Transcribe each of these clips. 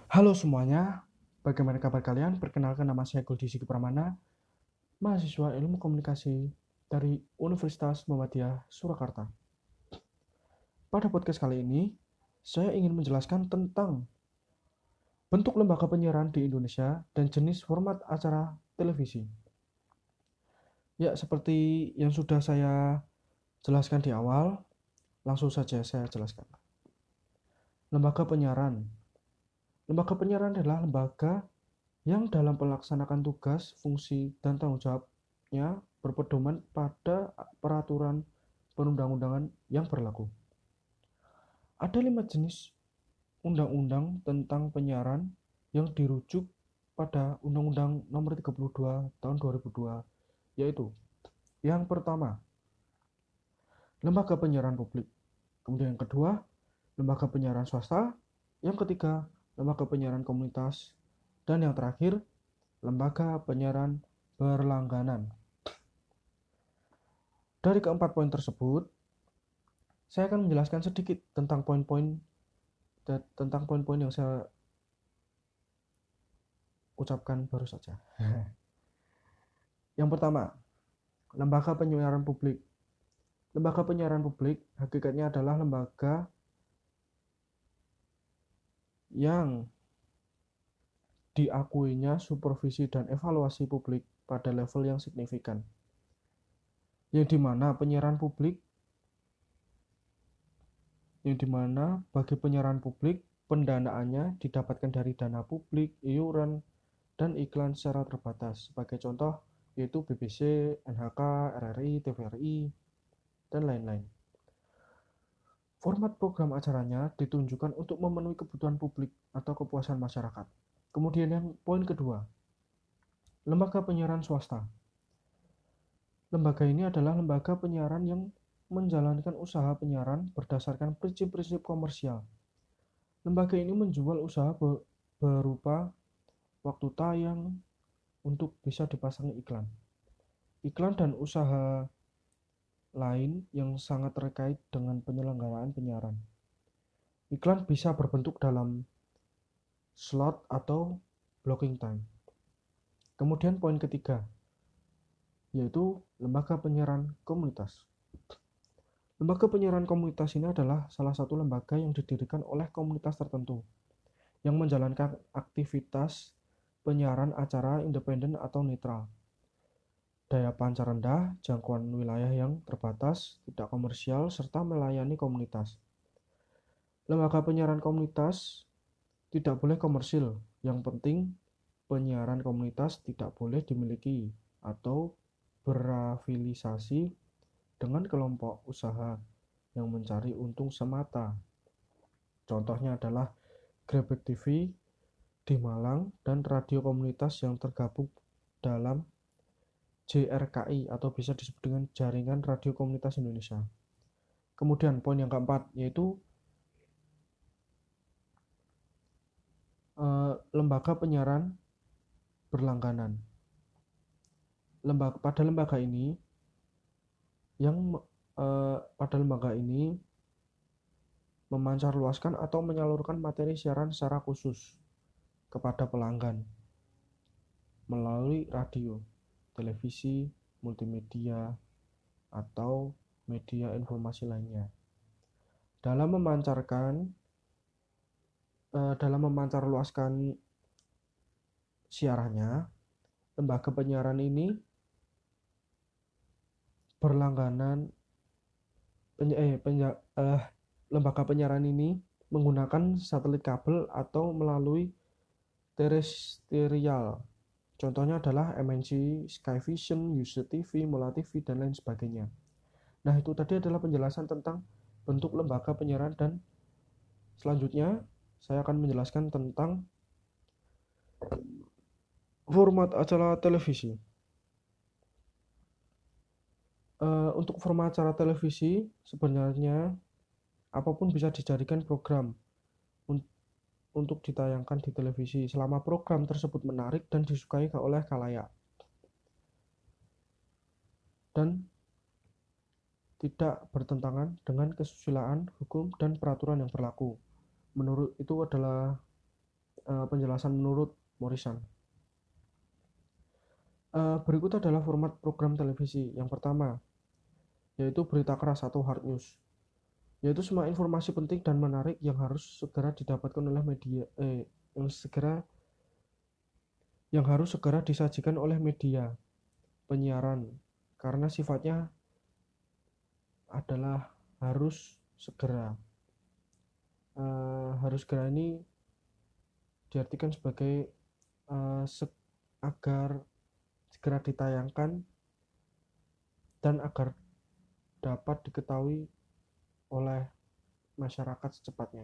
Halo semuanya, bagaimana kabar kalian? Perkenalkan nama saya Guldi Sigi Pramana, mahasiswa Ilmu Komunikasi dari Universitas Muhammadiyah Surakarta. Pada podcast kali ini, saya ingin menjelaskan tentang bentuk lembaga penyiaran di Indonesia dan jenis format acara televisi. Ya, seperti yang sudah saya jelaskan di awal, langsung saja saya jelaskan. Lembaga penyiaran. Lembaga penyiaran adalah lembaga yang dalam melaksanakan tugas, fungsi, dan tanggung jawabnya berpedoman pada peraturan perundang-undangan yang berlaku. Ada 5 jenis undang-undang tentang penyiaran yang dirujuk pada Undang-Undang Nomor 32 Tahun 2002, yaitu yang pertama, lembaga penyiaran publik. Kemudian yang kedua, lembaga penyiaran swasta. Yang ketiga, lembaga penyiaran komunitas. Dan yang terakhir, lembaga penyiaran berlangganan. Dari keempat poin tersebut, saya akan menjelaskan sedikit tentang poin-poin yang saya ucapkan baru saja. Yang pertama, lembaga penyiaran publik. Lembaga penyiaran publik hakikatnya adalah lembaga yang diakuinya supervisi dan evaluasi publik pada level yang signifikan. Yang dimana bagi penyiaran publik pendanaannya didapatkan dari dana publik, iuran, dan iklan secara terbatas. Sebagai contoh yaitu BBC, NHK, RRI, TVRI, dan lain-lain. Format program acaranya ditunjukkan untuk memenuhi kebutuhan publik atau kepuasan masyarakat. Kemudian yang poin kedua, lembaga penyiaran swasta. Lembaga ini adalah lembaga penyiaran yang menjalankan usaha penyiaran berdasarkan prinsip-prinsip komersial. Lembaga ini menjual usaha berupa waktu tayang untuk bisa dipasangi iklan. Iklan dan usaha lain yang sangat terkait dengan penyelenggaraan penyiaran. Iklan bisa berbentuk dalam slot atau blocking time. Kemudian poin ketiga, yaitu lembaga penyiaran komunitas. Lembaga penyiaran komunitas ini adalah salah satu lembaga yang didirikan oleh komunitas tertentu yang menjalankan aktivitas penyiaran acara independen atau netral. Daya pancar rendah, jangkauan wilayah yang terbatas, tidak komersial, serta melayani komunitas. Lembaga penyiaran komunitas tidak boleh komersil. Yang penting, penyiaran komunitas tidak boleh dimiliki atau berafiliasi dengan kelompok usaha yang mencari untung semata. Contohnya adalah Grebek TV di Malang dan radio komunitas yang tergabung dalam JRKI atau bisa disebut dengan Jaringan Radio Komunitas Indonesia. Kemudian poin yang keempat yaitu lembaga penyiaran berlangganan. Pada lembaga ini memancarluaskan atau menyalurkan materi siaran secara khusus kepada pelanggan melalui radio, televisi, multimedia, atau media informasi lainnya. Dalam memancarluaskan siarannya, lembaga penyiaran ini berlangganan lembaga penyiaran ini menggunakan satelit kabel atau melalui terestrial. Contohnya adalah MNC, Skyvision, UC TV, Mola TV, dan lain sebagainya. Nah, itu tadi adalah penjelasan tentang bentuk lembaga penyiaran dan selanjutnya saya akan menjelaskan tentang format acara televisi. Untuk format acara televisi sebenarnya apapun bisa dijadikan program untuk ditayangkan di televisi selama program tersebut menarik dan disukai oleh khalayak dan tidak bertentangan dengan kesusilaan, hukum, dan peraturan yang berlaku. Menurut itu adalah penjelasan menurut Morrison. Berikut adalah format program televisi. Yang pertama, yaitu berita keras atau hard news, yaitu semua informasi penting dan menarik yang harus segera didapatkan oleh media, yang harus segera disajikan oleh media penyiaran, karena sifatnya adalah harus segera. Harus segera ini diartikan sebagai agar segera ditayangkan dan agar dapat diketahui oleh masyarakat secepatnya.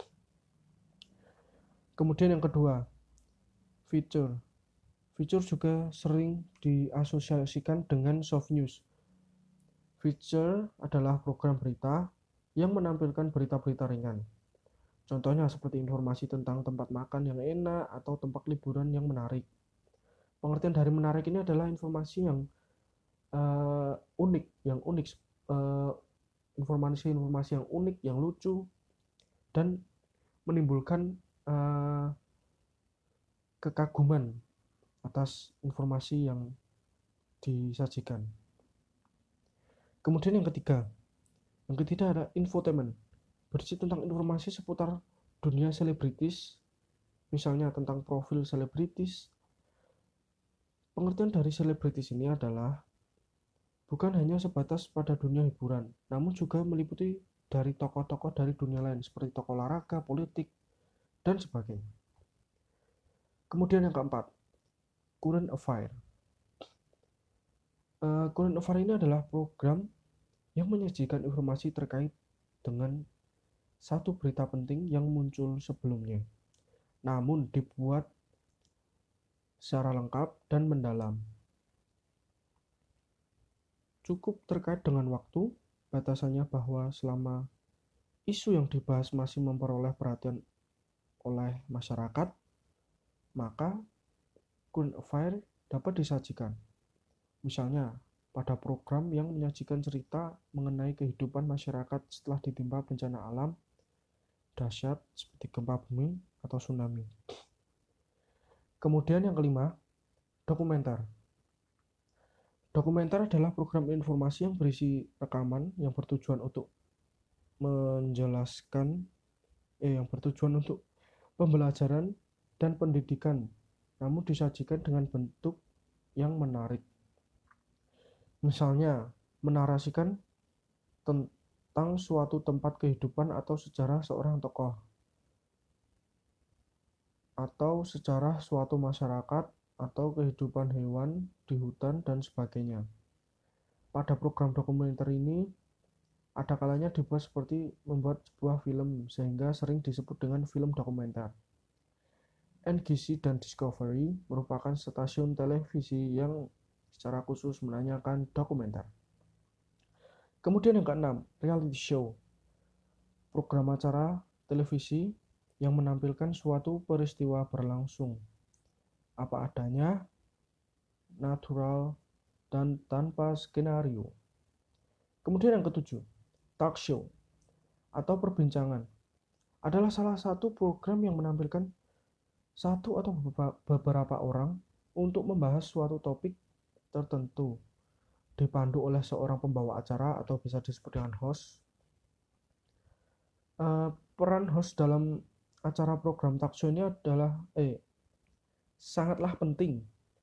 Kemudian yang kedua, feature. Feature juga sering diasosiasikan dengan soft news. Feature adalah program berita yang menampilkan berita-berita ringan. Contohnya seperti informasi tentang tempat makan yang enak atau tempat liburan yang menarik. Pengertian dari menarik ini adalah informasi yang unik, informasi-informasi yang unik, yang lucu, dan menimbulkan kekaguman atas informasi yang disajikan. Kemudian yang ketiga adalah infotainment, berisi tentang informasi seputar dunia selebritis, misalnya tentang profil selebritis. Pengertian dari selebritis ini adalah bukan hanya sebatas pada dunia hiburan, namun juga meliputi dari tokoh-tokoh dari dunia lain seperti tokoh olahraga, politik, dan sebagainya. Kemudian yang keempat, current affair. Current affair ini adalah program yang menyajikan informasi terkait dengan satu berita penting yang muncul sebelumnya, namun dibuat secara lengkap dan mendalam. Cukup terkait dengan waktu, batasannya bahwa selama isu yang dibahas masih memperoleh perhatian oleh masyarakat, maka current affair dapat disajikan. Misalnya, pada program yang menyajikan cerita mengenai kehidupan masyarakat setelah ditimpa bencana alam dahsyat seperti gempa bumi atau tsunami. Kemudian yang kelima, dokumenter. Dokumenter adalah program informasi yang berisi rekaman yang bertujuan untuk pembelajaran dan pendidikan, namun disajikan dengan bentuk yang menarik. Misalnya, menarasikan tentang suatu tempat kehidupan atau sejarah seorang tokoh, atau sejarah suatu masyarakat, atau kehidupan hewan di hutan, dan sebagainya. Pada program dokumenter ini, ada kalanya dibuat seperti membuat sebuah film, sehingga sering disebut dengan film dokumenter. NGC dan Discovery merupakan stasiun televisi yang secara khusus menanyakan dokumenter. Kemudian yang keenam, reality show. Program acara televisi yang menampilkan suatu peristiwa berlangsung apa adanya, natural, dan tanpa skenario. Kemudian yang ketujuh, talk show atau perbincangan adalah salah satu program yang menampilkan satu atau beberapa orang untuk membahas suatu topik tertentu, dipandu oleh seorang pembawa acara atau bisa disebut dengan host. Peran host dalam acara program talk show ini adalah sangatlah penting.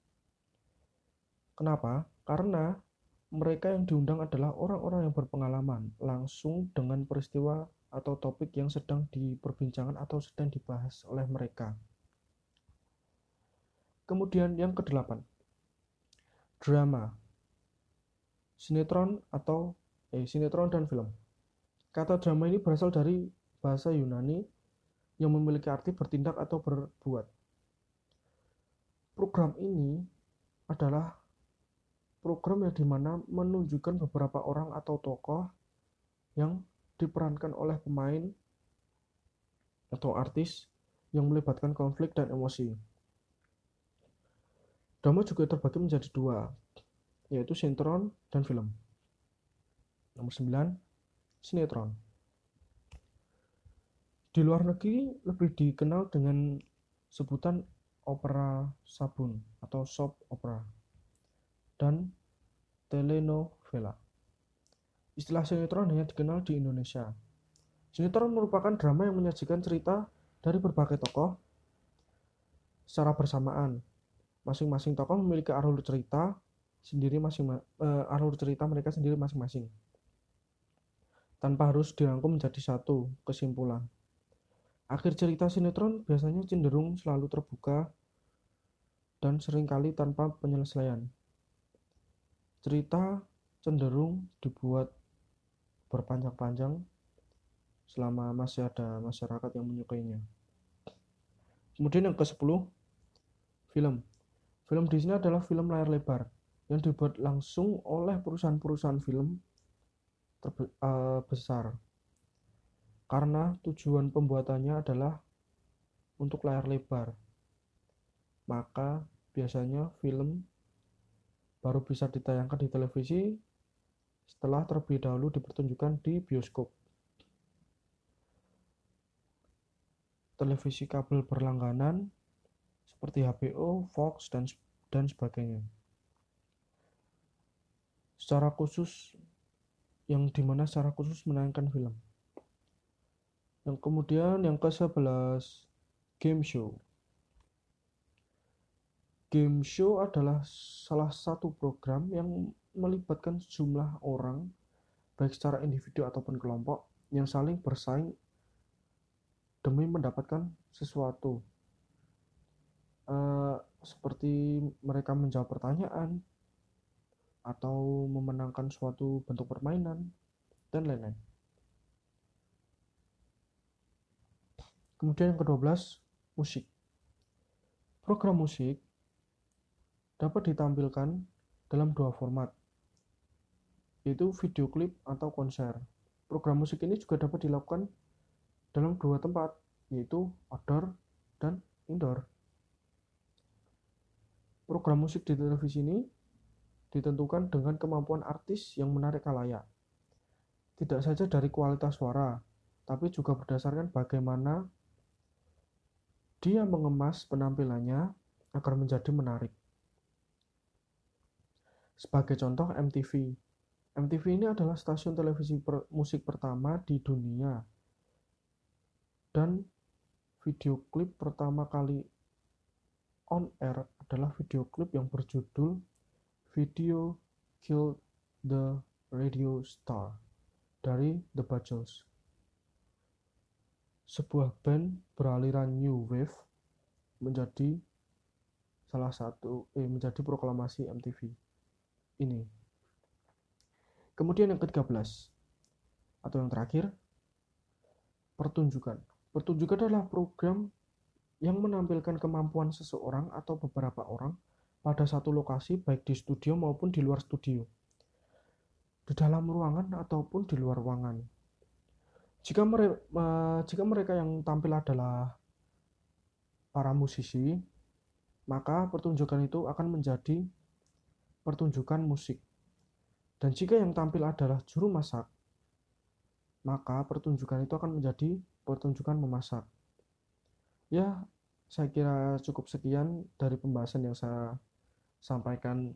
Kenapa? Karena mereka yang diundang adalah orang-orang yang berpengalaman langsung dengan peristiwa atau topik yang sedang diperbincangkan atau sedang dibahas oleh mereka. Kemudian yang kedelapan, drama, sinetron dan film. Kata drama ini berasal dari bahasa Yunani yang memiliki arti bertindak atau berbuat. Program ini adalah program yang dimana menunjukkan beberapa orang atau tokoh yang diperankan oleh pemain atau artis yang melibatkan konflik dan emosi. Drama juga terbagi menjadi dua, yaitu sinetron dan film. Nomor 9, sinetron. Di luar negeri lebih dikenal dengan sebutan opera sabun atau soap opera, dan telenovela. Istilah sinetron hanya dikenal di Indonesia. Sinetron merupakan drama yang menyajikan cerita dari berbagai tokoh secara bersamaan. Masing-masing tokoh memiliki alur cerita mereka sendiri masing-masing, tanpa harus dirangkum menjadi satu kesimpulan. Akhir cerita sinetron biasanya cenderung selalu terbuka dan seringkali tanpa penyelesaian. Cerita cenderung dibuat berpanjang-panjang selama masih ada masyarakat yang menyukainya. Kemudian yang ke-10, film. Film di sini adalah film layar lebar yang dibuat langsung oleh perusahaan-perusahaan film besar. Karena tujuan pembuatannya adalah untuk layar lebar, maka biasanya film baru bisa ditayangkan di televisi setelah terlebih dahulu dipertunjukkan di bioskop, televisi kabel berlangganan seperti HBO, Fox, dan sebagainya. Secara khusus secara khusus menayangkan film. Yang kemudian yang ke-11, game show. Game show adalah salah satu program yang melibatkan sejumlah orang, baik secara individu ataupun kelompok, yang saling bersaing demi mendapatkan sesuatu. Seperti mereka menjawab pertanyaan, atau memenangkan suatu bentuk permainan, dan lain-lain. Kemudian yang ke-12, musik. Program musik dapat ditampilkan dalam dua format, yaitu video klip atau konser. Program musik ini juga dapat dilakukan dalam dua tempat, yaitu outdoor dan indoor. Program musik di televisi ini ditentukan dengan kemampuan artis yang menarik khalayak. Tidak saja dari kualitas suara, tapi juga berdasarkan bagaimana dia mengemas penampilannya agar menjadi menarik. Sebagai contoh, MTV. MTV ini adalah stasiun televisi musik pertama di dunia, dan video klip pertama kali on air adalah video klip yang berjudul Video Killed the Radio Star dari The Beatles, sebuah band beraliran new wave, menjadi proklamasi MTV ini. Kemudian yang ke-13 atau yang terakhir, pertunjukan. Pertunjukan adalah program yang menampilkan kemampuan seseorang atau beberapa orang pada satu lokasi, baik di studio maupun di luar studio, di dalam ruangan ataupun di luar ruangan. Jika mereka yang tampil adalah para musisi, maka pertunjukan itu akan menjadi pertunjukan musik. Dan jika yang tampil adalah juru masak, maka pertunjukan itu akan menjadi pertunjukan memasak. Ya, saya kira cukup sekian dari pembahasan yang saya sampaikan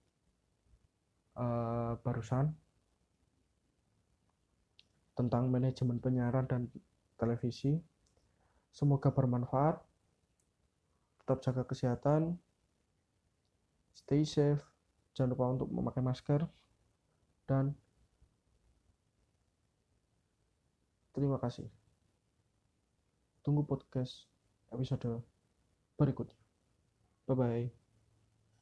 barusan tentang manajemen penyiaran dan televisi. Semoga bermanfaat. Tetap jaga kesehatan, stay safe, jangan lupa untuk memakai masker, dan terima kasih. Tunggu podcast episode berikutnya. Bye-bye.